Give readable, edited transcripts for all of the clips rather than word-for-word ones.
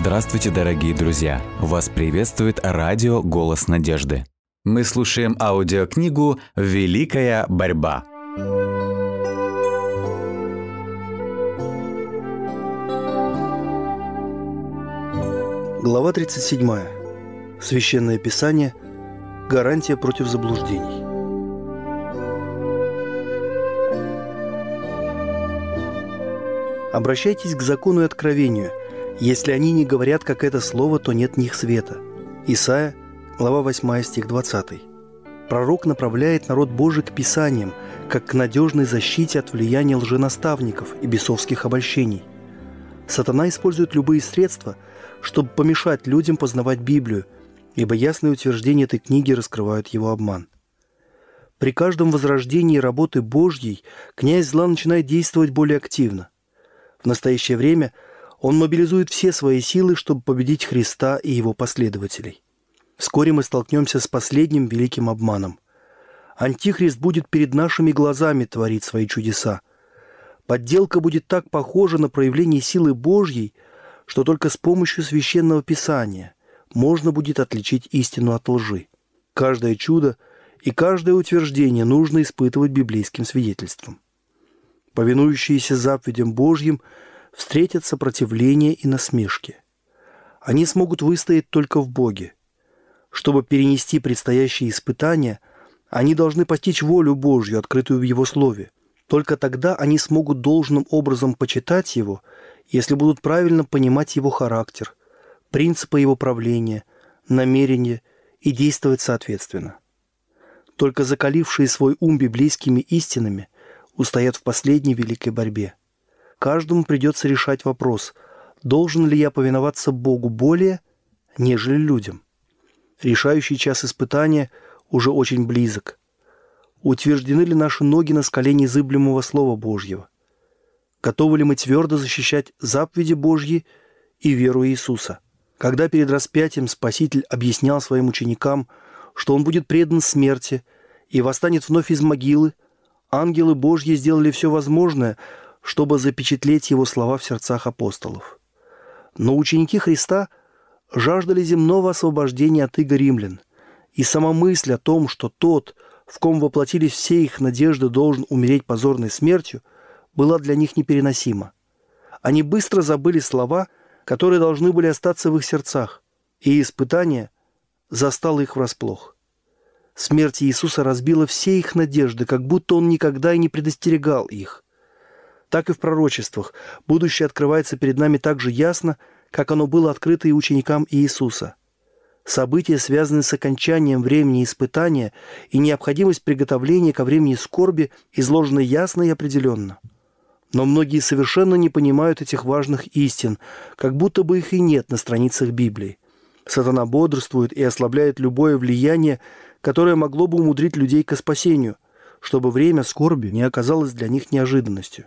Здравствуйте, дорогие друзья! Вас приветствует радио «Голос надежды». Мы слушаем аудиокнигу «Великая борьба». Глава 37. Священное Писание. Гарантия против заблуждений. Обращайтесь к закону и откровению. Если они не говорят, как это слово, то нет в них света. Исайя, глава 8, стих 20. Пророк направляет народ Божий к Писаниям, как к надежной защите от влияния лженаставников и бесовских обольщений. Сатана использует любые средства, чтобы помешать людям познавать Библию, ибо ясные утверждения этой книги раскрывают его обман. При каждом возрождении работы Божьей князь зла начинает действовать более активно. В настоящее время он мобилизует все свои силы, чтобы победить Христа и его последователей. Вскоре мы столкнемся с последним великим обманом. Антихрист будет перед нашими глазами творить свои чудеса. Подделка будет так похожа на проявление силы Божьей, что только с помощью Священного Писания можно будет отличить истину от лжи. Каждое чудо и каждое утверждение нужно испытывать библейским свидетельством. Повинующиеся заповедям Божьим встретят сопротивление и насмешки. Они смогут выстоять только в Боге. Чтобы перенести предстоящие испытания, они должны постичь волю Божью, открытую в Его Слове. Только тогда они смогут должным образом почитать Его, если будут правильно понимать Его характер, принципы Его правления, намерения и действовать соответственно. Только закалившие свой ум библейскими истинами устоят в последней великой борьбе. Каждому придется решать вопрос, должен ли я повиноваться Богу более, нежели людям. Решающий час испытания уже очень близок. Утверждены ли наши ноги на скале незыблемого Слова Божьего? Готовы ли мы твердо защищать заповеди Божьи и веру Иисуса? Когда перед распятием Спаситель объяснял своим ученикам, что Он будет предан смерти и восстанет вновь из могилы, ангелы Божьи сделали все возможное, чтобы запечатлеть Его слова в сердцах апостолов. Но ученики Христа жаждали земного освобождения от иго римлян, и сама мысль о том, что тот, в ком воплотились все их надежды, должен умереть позорной смертью, была для них непереносима. Они быстро забыли слова, которые должны были остаться в их сердцах, и испытание застало их врасплох. Смерть Иисуса разбила все их надежды, как будто Он никогда и не предостерегал их. Так и в пророчествах будущее открывается перед нами так же ясно, как оно было открыто и ученикам Иисуса. События, связанные с окончанием времени испытания и необходимость приготовления ко времени скорби, изложены ясно и определенно. Но многие совершенно не понимают этих важных истин, как будто бы их и нет на страницах Библии. Сатана бодрствует и ослабляет любое влияние, которое могло бы умудрить людей ко спасению, чтобы время скорби не оказалось для них неожиданностью.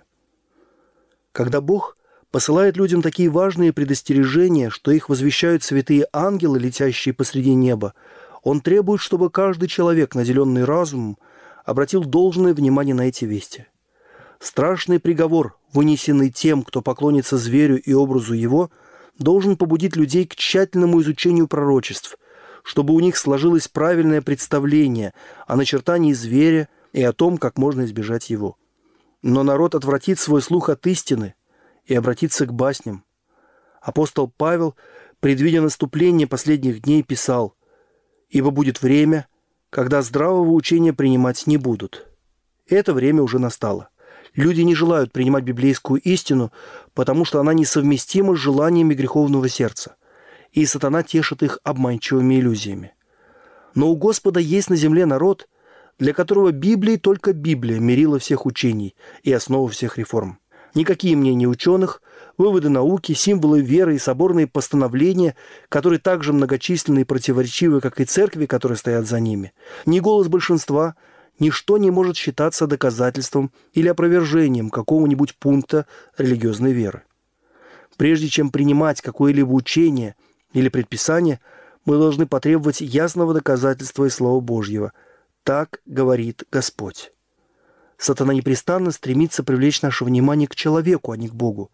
Когда Бог посылает людям такие важные предостережения, что их возвещают святые ангелы, летящие посреди неба, Он требует, чтобы каждый человек, наделенный разумом, обратил должное внимание на эти вести. Страшный приговор, вынесенный тем, кто поклонится зверю и образу его, должен побудить людей к тщательному изучению пророчеств, чтобы у них сложилось правильное представление о начертании зверя и о том, как можно избежать его. Но народ отвратит свой слух от истины и обратится к басням. Апостол Павел, предвидя наступление последних дней, писал: «Ибо будет время, когда здравого учения принимать не будут». Это время уже настало. Люди не желают принимать библейскую истину, потому что она несовместима с желаниями греховного сердца, и сатана тешит их обманчивыми иллюзиями. Но у Господа есть на земле народ, для которого Библия только Библия мерила всех учений и основа всех реформ. Никакие мнения ученых, выводы науки, символы веры и соборные постановления, которые так же многочисленны и противоречивы, как и церкви, которые стоят за ними, ни голос большинства, ничто не может считаться доказательством или опровержением какого-нибудь пункта религиозной веры. Прежде чем принимать какое-либо учение или предписание, мы должны потребовать ясного доказательства из Слова Божьего. Так говорит Господь. Сатана непрестанно стремится привлечь наше внимание к человеку, а не к Богу.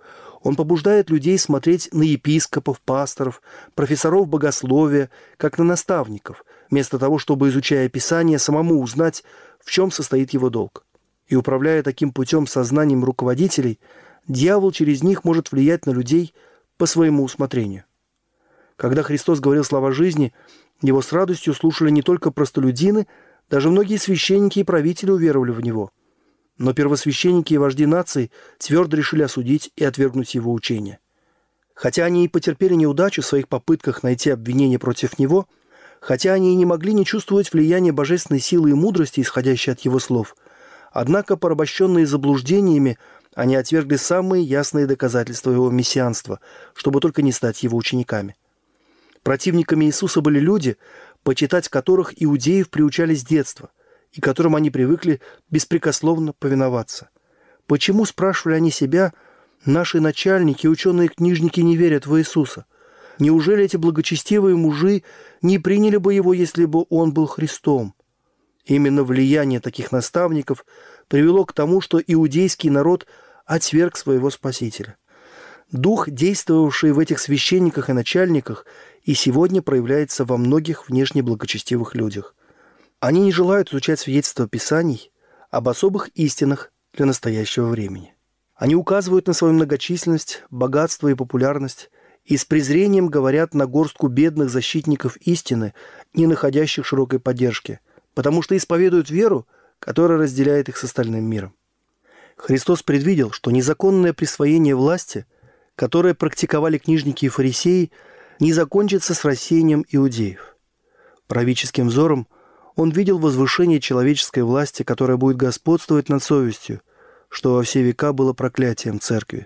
Он побуждает людей смотреть на епископов, пасторов, профессоров богословия, как на наставников, вместо того, чтобы, изучая Писание, самому узнать, в чем состоит его долг. И управляя таким путем сознанием руководителей, дьявол через них может влиять на людей по своему усмотрению. Когда Христос говорил слова жизни, его с радостью слушали не только простолюдины, даже многие священники и правители уверовали в него. Но первосвященники и вожди наций твердо решили осудить и отвергнуть его учение. Хотя они и потерпели неудачу в своих попытках найти обвинение против него, хотя они и не могли не чувствовать влияния божественной силы и мудрости, исходящей от его слов, однако, порабощенные заблуждениями, они отвергли самые ясные доказательства его мессианства, чтобы только не стать его учениками. Противниками Иисуса были люди, почитать которых иудеев приучали с детства, и которым они привыкли беспрекословно повиноваться. Почему, спрашивали они себя, наши начальники и ученые-книжники не верят в Иисуса? Неужели эти благочестивые мужи не приняли бы его, если бы он был Христом? Именно влияние таких наставников привело к тому, что иудейский народ отверг своего Спасителя. Дух, действовавший в этих священниках и начальниках, и сегодня проявляется во многих внешне благочестивых людях. Они не желают изучать свидетельства Писаний об особых истинах для настоящего времени. Они указывают на свою многочисленность, богатство и популярность и с презрением говорят на горстку бедных защитников истины, не находящих широкой поддержки, потому что исповедуют веру, которая разделяет их с остальным миром. Христос предвидел, что незаконное присвоение власти, которое практиковали книжники и фарисеи, не закончится с рассеянием иудеев. Правительским взором он видел возвышение человеческой власти, которая будет господствовать над совестью, что во все века было проклятием церкви.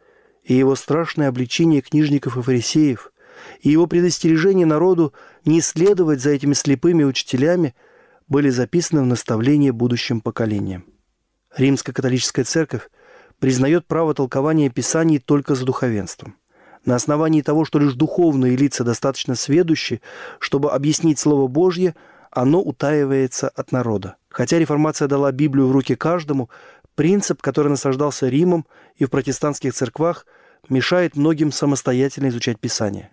И его страшное обличение книжников и фарисеев, и его предостережение народу не следовать за этими слепыми учителями были записаны в наставление будущим поколениям. Римская католическая церковь признает право толкования Писаний только за духовенством. На основании того, что лишь духовные лица достаточно сведущи, чтобы объяснить Слово Божье, оно утаивается от народа. Хотя реформация дала Библию в руки каждому, принцип, который насаждался Римом и в протестантских церквах, мешает многим самостоятельно изучать Писание.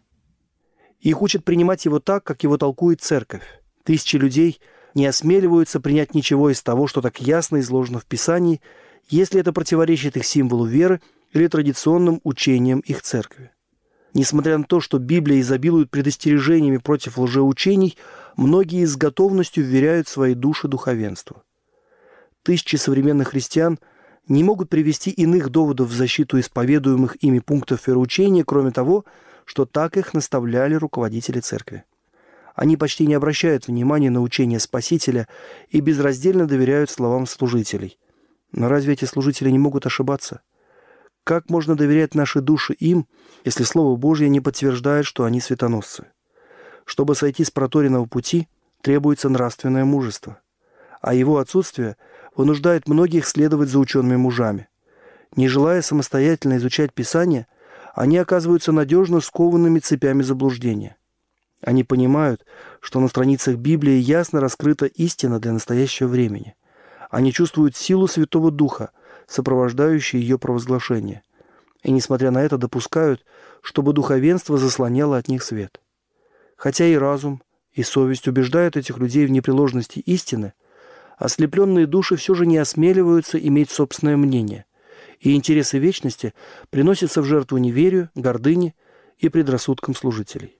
Их учат принимать его так, как его толкует церковь. Тысячи людей не осмеливаются принять ничего из того, что так ясно изложено в Писании, если это противоречит их символу веры или традиционным учениям их церкви. Несмотря на то, что Библия изобилует предостережениями против лжеучений, многие с готовностью вверяют свои души духовенству. Тысячи современных христиан не могут привести иных доводов в защиту исповедуемых ими пунктов вероучения, кроме того, что так их наставляли руководители церкви. Они почти не обращают внимания на учение Спасителя и безраздельно доверяют словам служителей. Но разве эти служители не могут ошибаться? Как можно доверять наши души им, если Слово Божье не подтверждает, что они светоносцы? Чтобы сойти с проторенного пути, требуется нравственное мужество, а его отсутствие вынуждает многих следовать за учеными мужами. Не желая самостоятельно изучать Писание, они оказываются надежно скованными цепями заблуждения. Они понимают, что на страницах Библии ясно раскрыта истина для настоящего времени. Они чувствуют силу Святого Духа, сопровождающую ее провозглашение, и, несмотря на это, допускают, чтобы духовенство заслоняло от них свет. Хотя и разум, и совесть убеждают этих людей в непреложности истины, ослепленные души все же не осмеливаются иметь собственное мнение, и интересы вечности приносятся в жертву неверию, гордыне и предрассудкам служителей.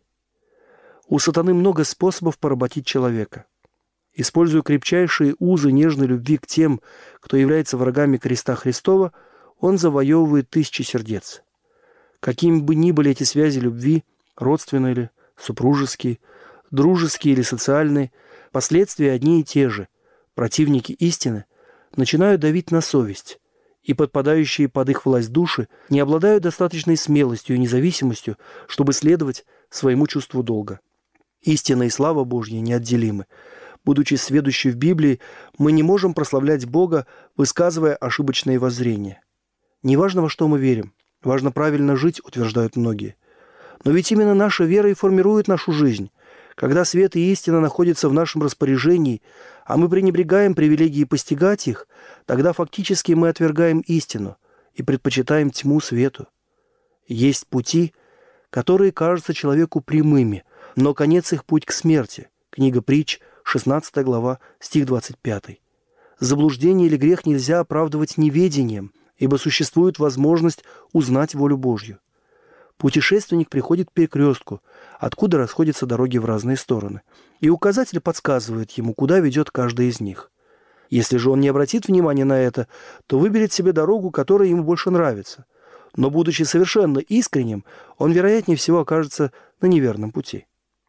У сатаны много способов поработить человека. Используя крепчайшие узы нежной любви к тем, кто является врагами креста Христова, он завоевывает тысячи сердец. Какими бы ни были эти связи любви, родственные ли, супружеские, дружеские или социальные, последствия одни и те же. Противники истины начинают давить на совесть, и подпадающие под их власть души не обладают достаточной смелостью и независимостью, чтобы следовать своему чувству долга. Истина и слава Божья неотделимы. Будучи сведущи в Библии, мы не можем прославлять Бога, высказывая ошибочные воззрения. Неважно, во что мы верим, важно правильно жить, утверждают многие. Но ведь именно наша вера и формирует нашу жизнь. Когда свет и истина находятся в нашем распоряжении, а мы пренебрегаем привилегией постигать их, тогда фактически мы отвергаем истину и предпочитаем тьму свету. Есть пути, которые кажутся человеку прямыми, но конец их путь к смерти. Книга Притч, 16 глава, стих 25. Заблуждение или грех нельзя оправдывать неведением, ибо существует возможность узнать волю Божью. Путешественник приходит к перекрестку, откуда расходятся дороги в разные стороны, и указатель подсказывает ему, куда ведет каждая из них. Если же он не обратит внимания на это, то выберет себе дорогу, которая ему больше нравится. Но, будучи совершенно искренним, он, вероятнее всего, окажется на неверном пути.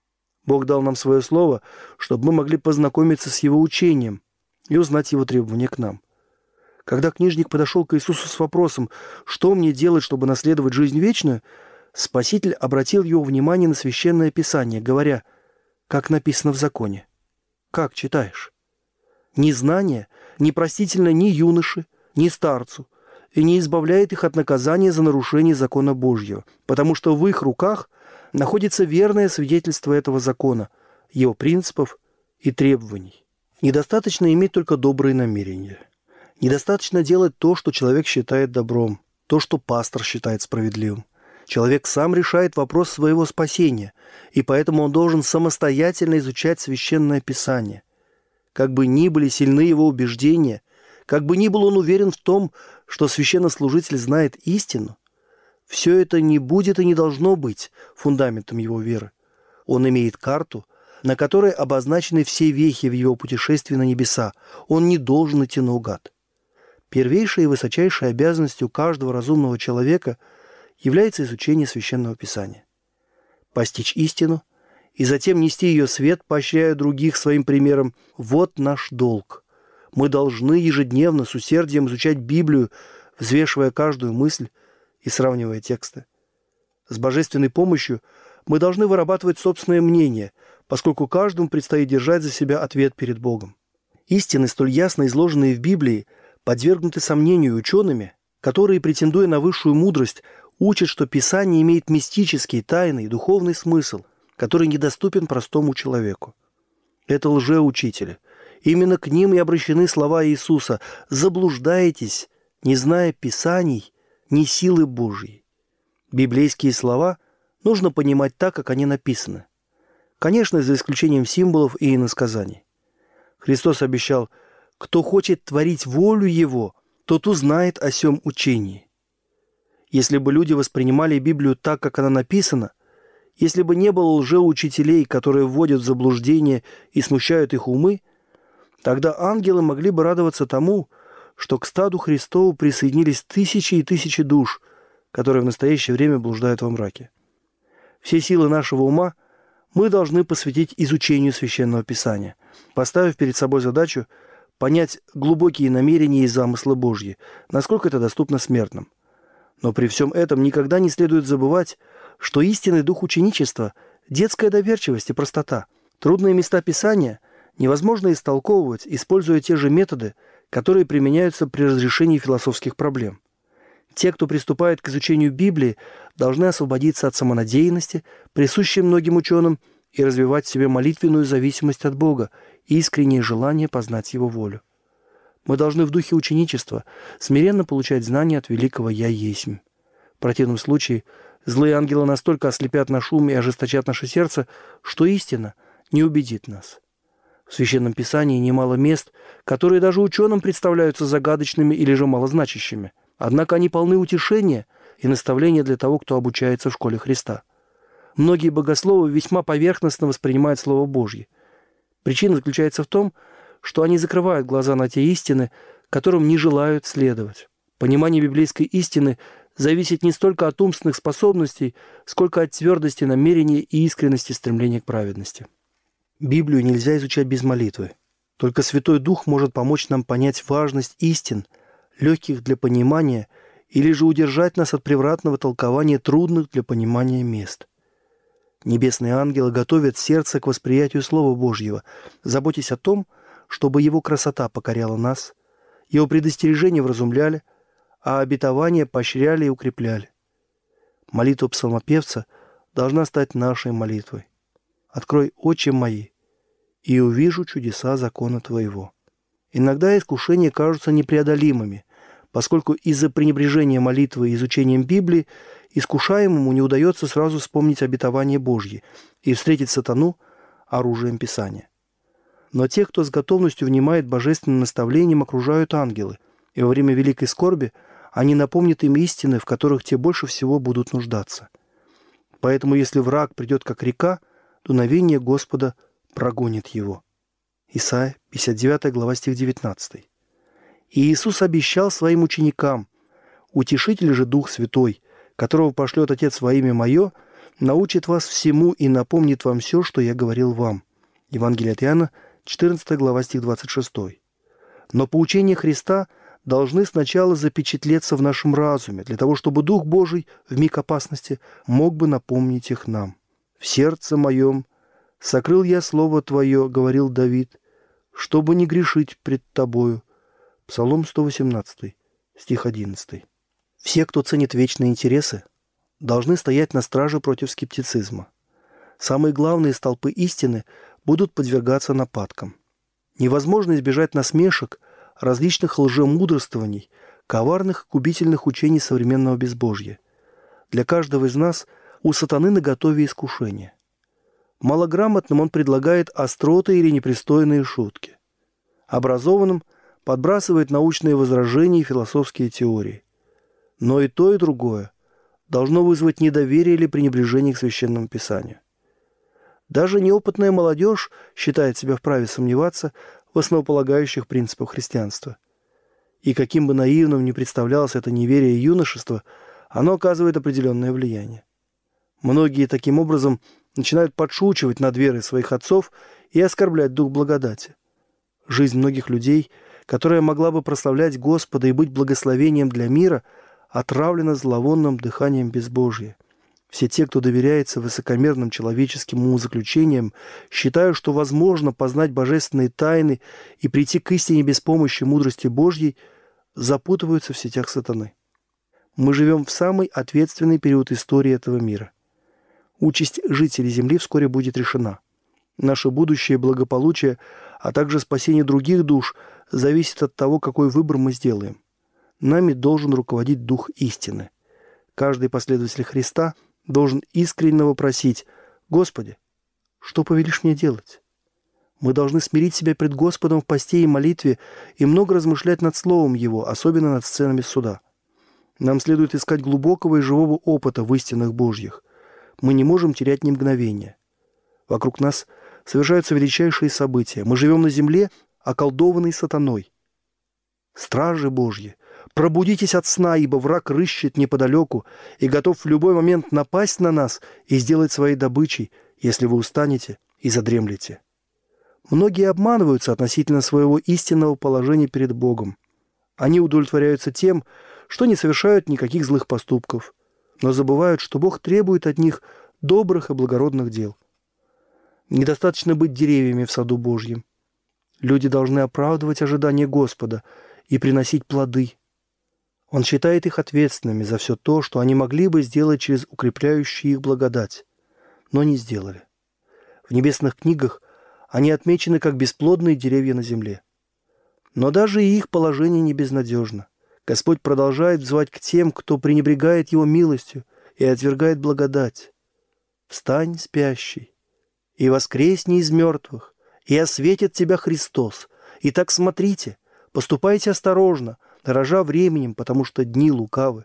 Бог дал нам свое слово, чтобы мы могли познакомиться с Его учением и узнать Его требования к нам. Когда книжник подошел к Иисусу с вопросом, что мне делать, чтобы наследовать жизнь вечную, Спаситель обратил его внимание на Священное Писание, говоря, как написано в законе. Как читаешь? Незнание не простительно ни юноше, ни старцу, и не избавляет их от наказания за нарушение закона Божьего, потому что в их руках находится верное свидетельство этого закона, его принципов и требований. Недостаточно иметь только добрые намерения. Недостаточно делать то, что человек считает добром, то, что пастор считает справедливым. Человек сам решает вопрос своего спасения, и поэтому он должен самостоятельно изучать Священное Писание. Как бы ни были сильны его убеждения, как бы ни был он уверен в том, что священнослужитель знает истину, все это не будет и не должно быть фундаментом его веры. Он имеет карту, на которой обозначены все вехи в его путешествии на небеса. Он не должен идти наугад. Первейшей и высочайшей обязанностью каждого разумного человека является изучение Священного Писания. Постичь истину и затем нести ее свет, поощряя других своим примером – вот наш долг. Мы должны ежедневно с усердием изучать Библию, взвешивая каждую мысль и сравнивая тексты. С божественной помощью мы должны вырабатывать собственное мнение, поскольку каждому предстоит держать за себя ответ перед Богом. Истины, столь ясно изложенные в Библии, подвергнуты сомнению учеными, которые, претендуя на высшую мудрость, учат, что Писание имеет мистический, тайный, духовный смысл, который недоступен простому человеку. Это лжеучители. Именно к ним и обращены слова Иисуса: «Заблуждаетесь, не зная Писаний, ни силы Божьей». Библейские слова нужно понимать так, как они написаны. Конечно, за исключением символов и иносказаний. Христос обещал: «Кто хочет творить волю Его, тот узнает о сем учении». Если бы люди воспринимали Библию так, как она написана, если бы не было лжеучителей, которые вводят в заблуждение и смущают их умы, тогда ангелы могли бы радоваться тому, что к стаду Христову присоединились тысячи и тысячи душ, которые в настоящее время блуждают во мраке. Все силы нашего ума мы должны посвятить изучению Священного Писания, поставив перед собой задачу понять глубокие намерения и замыслы Божьи, насколько это доступно смертным. Но при всем этом никогда не следует забывать, что истинный дух ученичества – детская доверчивость и простота. Трудные места Писания невозможно истолковывать, используя те же методы, которые применяются при разрешении философских проблем. Те, кто приступает к изучению Библии, должны освободиться от самонадеянности, присущей многим ученым, и развивать в себе молитвенную зависимость от Бога и искреннее желание познать Его волю. Мы должны в духе ученичества смиренно получать знания от великого «Я есмь». В противном случае злые ангелы настолько ослепят наш ум и ожесточат наше сердце, что истина не убедит нас. В Священном Писании немало мест, которые даже ученым представляются загадочными или же малозначащими. Однако они полны утешения и наставления для того, кто обучается в школе Христа. Многие богословы весьма поверхностно воспринимают Слово Божье. Причина заключается в том, что они закрывают глаза на те истины, которым не желают следовать. Понимание библейской истины зависит не столько от умственных способностей, сколько от твердости намерения и искренности стремления к праведности. Библию нельзя изучать без молитвы. Только Святой Дух может помочь нам понять важность истин, легких для понимания, или же удержать нас от превратного толкования трудных для понимания мест. Небесные ангелы готовят сердце к восприятию Слова Божьего, заботясь о том, чтобы Его красота покоряла нас, Его предостережения вразумляли, а обетования поощряли и укрепляли. Молитва псалмопевца должна стать нашей молитвой. «Открой очи мои, и увижу чудеса закона Твоего». Иногда искушения кажутся непреодолимыми, поскольку из-за пренебрежения молитвы и изучением Библии искушаемому не удается сразу вспомнить обетование Божье и встретить сатану оружием Писания. Но тех, кто с готовностью внимает божественным наставлениям, окружают ангелы, и во время великой скорби они напомнят им истины, в которых те больше всего будут нуждаться. Поэтому, если враг придет как река, дуновение Господа прогонит его. Исайя, 59 глава, стих 19. И Иисус обещал своим ученикам: «Утешитель же Дух Святой, которого пошлет Отец во имя Мое, научит вас всему и напомнит вам все, что я говорил вам». Евангелие от Иоанна, 14 глава, стих 26. Но поучения Христа должны сначала запечатлеться в нашем разуме, для того, чтобы Дух Божий в миг опасности мог бы напомнить их нам. «В сердце моем сокрыл я Слово Твое, — говорил Давид, — чтобы не грешить пред Тобою». Псалом 118, стих 11. Все, кто ценит вечные интересы, должны стоять на страже против скептицизма. Самые главные столпы истины будут подвергаться нападкам. Невозможно избежать насмешек, различных лжемудрствований, коварных и губительных учений современного безбожья. Для каждого из нас у сатаны наготове искушение. Малограмотным он предлагает остроты или непристойные шутки. Образованным подбрасывает научные возражения и философские теории. Но и то, и другое должно вызвать недоверие или пренебрежение к Священному Писанию. Даже неопытная молодежь считает себя вправе сомневаться в основополагающих принципах христианства. И каким бы наивным ни представлялось это неверие и юношество, оно оказывает определенное влияние. Многие таким образом начинают подшучивать над верой своих отцов и оскорблять дух благодати. Жизнь многих людей, которая могла бы прославлять Господа и быть благословением для мира, отравлена зловонным дыханием безбожия. Все те, кто доверяется высокомерным человеческим умозаключениям, считают, что возможно познать божественные тайны и прийти к истине без помощи мудрости Божьей, запутываются в сетях сатаны. Мы живем в самый ответственный период истории этого мира. Участь жителей Земли вскоре будет решена. Наше будущее благополучие, а также спасение других душ зависит от того, какой выбор мы сделаем. Нами должен руководить Дух истины. Каждый последователь Христа должен искренне вопросить: «Господи, что повелишь мне делать?» Мы должны смирить себя пред Господом в посте и молитве и много размышлять над Словом Его, особенно над сценами суда. Нам следует искать глубокого и живого опыта в истинах Божьих. Мы не можем терять ни мгновения. Вокруг нас совершаются величайшие события. Мы живем на земле, околдованной сатаной. Стражи Божьи, пробудитесь от сна, ибо враг рыщет неподалеку и готов в любой момент напасть на нас и сделать своей добычей, если вы устанете и задремлете. Многие обманываются относительно своего истинного положения перед Богом. Они удовлетворяются тем, что не совершают никаких злых поступков, но забывают, что Бог требует от них добрых и благородных дел. Недостаточно быть деревьями в саду Божьем. Люди должны оправдывать ожидания Господа и приносить плоды. Он считает их ответственными за все то, что они могли бы сделать через укрепляющую их благодать, но не сделали. В небесных книгах они отмечены как бесплодные деревья на земле. Но даже и их положение не безнадежно. Господь продолжает взывать к тем, кто пренебрегает Его милостью и отвергает благодать. «Встань, спящий, и воскресни из мертвых, и осветит тебя Христос. Итак, смотрите, поступайте осторожно, дорожа временем, потому что дни лукавы».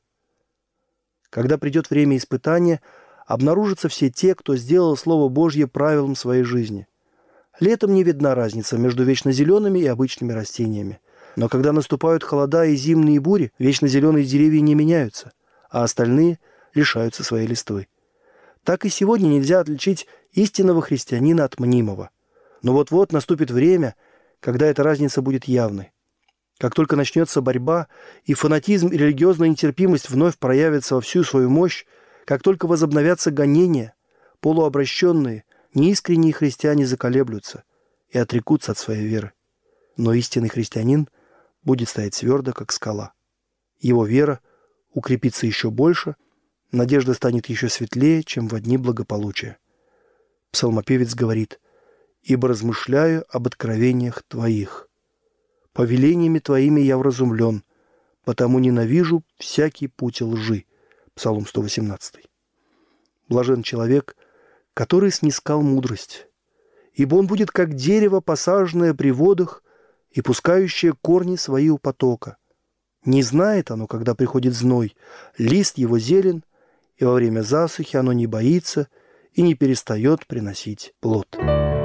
Когда придет время испытания, обнаружатся все те, кто сделал Слово Божье правилом своей жизни. Летом не видна разница между вечно зелеными и обычными растениями. Но когда наступают холода и зимние бури, вечно зеленые деревья не меняются, а остальные лишаются своей листвы. Так и сегодня нельзя отличить истинного христианина от мнимого. Но вот-вот наступит время, когда эта разница будет явной. Как только начнется борьба, и фанатизм и религиозная нетерпимость вновь проявятся во всю свою мощь, как только возобновятся гонения, полуобращенные, неискренние христиане заколеблются и отрекутся от своей веры. Но истинный христианин будет стоять твердо, как скала. Его вера укрепится еще больше, надежда станет еще светлее, чем во дни благополучия. Псалмопевец говорит: «Ибо размышляю об откровениях Твоих. Повелениями Твоими я вразумлен, потому ненавижу всякий путь лжи». Псалом 118. Блажен человек, который снискал мудрость, ибо он будет как дерево, посаженное при водах и пускающее корни свои у потока. Не знает оно, когда приходит зной, лист его зелен, и во время засухи оно не боится и не перестает приносить плод».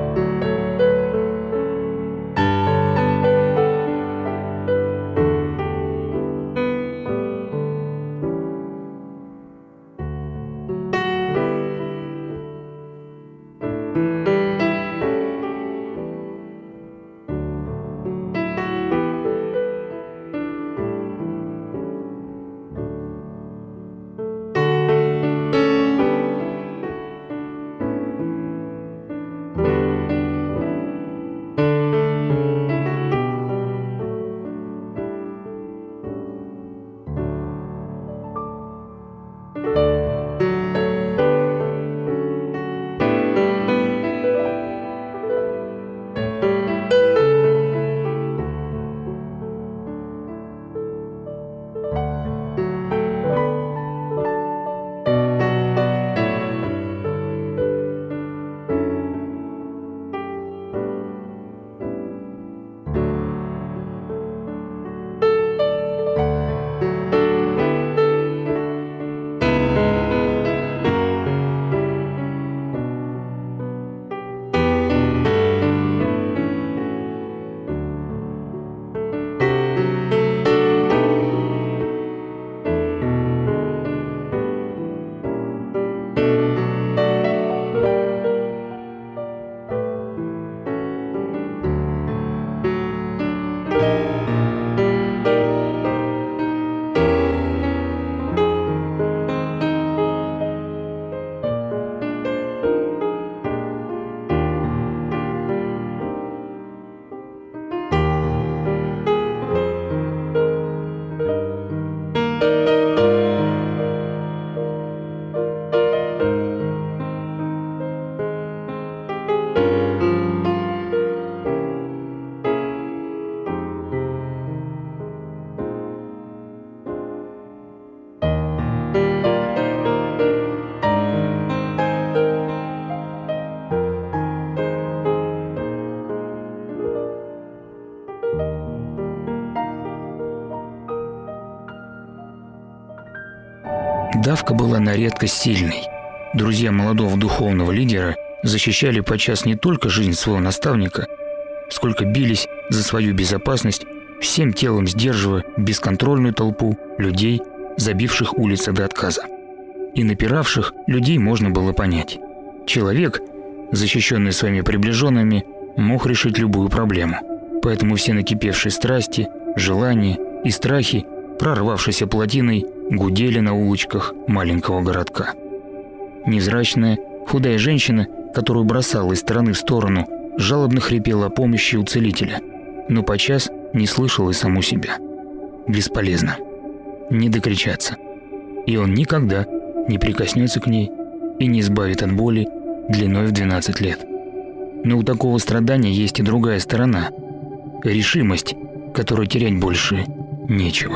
Давка была на редкость сильной. Друзья молодого духовного лидера защищали подчас не только жизнь своего наставника, сколько бились за свою безопасность, всем телом сдерживая бесконтрольную толпу людей, забивших улицы до отказа. И напиравших людей можно было понять. Человек, защищенный своими приближенными, мог решить любую проблему. Поэтому все накипевшие страсти, желания и страхи, прорвавшиеся плотиной, гудели на улочках маленького городка. Невзрачная, худая женщина, которую бросала из стороны в сторону, жалобно хрипела о помощи у целителя, но подчас не слышала и саму себя. Бесполезно. Не докричаться. И он никогда не прикоснется к ней и не избавит от боли длиной в 12 лет. Но у такого страдания есть и другая сторона – решимость, которой терять больше нечего.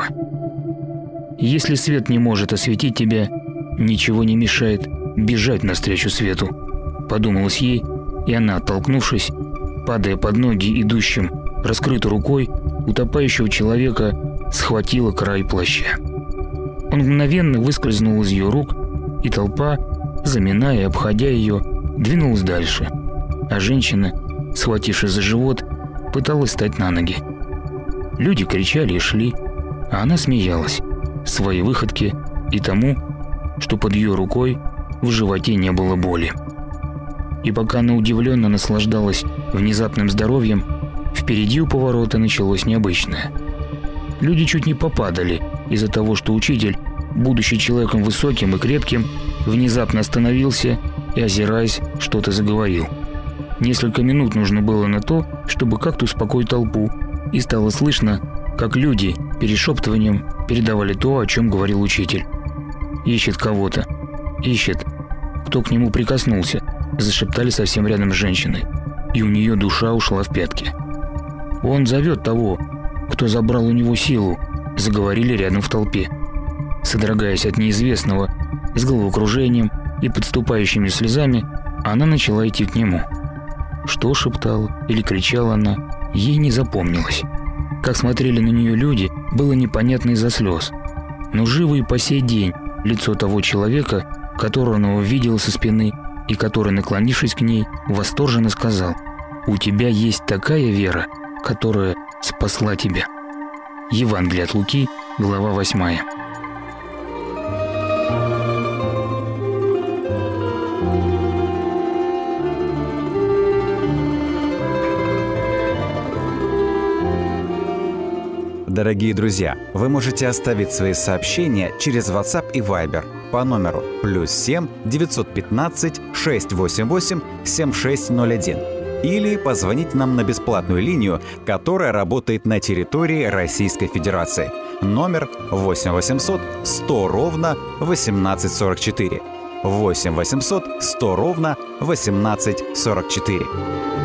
Если свет не может осветить тебя, ничего не мешает бежать навстречу свету, подумалось ей, и она, оттолкнувшись, падая под ноги идущим, раскрытой рукой, утопающего человека, схватила край плаща. Он мгновенно выскользнул из ее рук, и толпа, заминая и обходя ее, двинулась дальше, а женщина, схватившись за живот, пыталась встать на ноги. Люди кричали и шли, а она смеялась своей выходке и тому, что под ее рукой в животе не было боли. И пока она удивленно наслаждалась внезапным здоровьем, впереди у поворота началось необычное. Люди чуть не попадали из-за того, что учитель, будучи человеком высоким и крепким, внезапно остановился и, озираясь, что-то заговорил. Несколько минут нужно было на то, чтобы как-то успокоить толпу, и стало слышно, как люди перешептыванием передавали то, о чем говорил учитель. «Ищет кого-то. Ищет. Кто к нему прикоснулся», – зашептали совсем рядом с женщиной, и у нее душа ушла в пятки. «Он зовет того, кто забрал у него силу», заговорили рядом в толпе. Содрогаясь от неизвестного, с головокружением и подступающими слезами, она начала идти к нему. Что шептала или кричала она, ей не запомнилось. Как смотрели на нее люди, было непонятно из-за слез. Но живо и по сей день лицо того человека, которого она увидела со спины и который, наклонившись к ней, восторженно сказал: «У тебя есть такая вера, которая спасла тебя». Евангелие от Луки, глава 8. Дорогие друзья, вы можете оставить свои сообщения через WhatsApp и Viber по номеру +7 915 688 7601 или позвонить нам на бесплатную линию, которая работает на территории Российской Федерации. Номер 8 800 100 ровно 1844. 8 800 100 ровно 1844.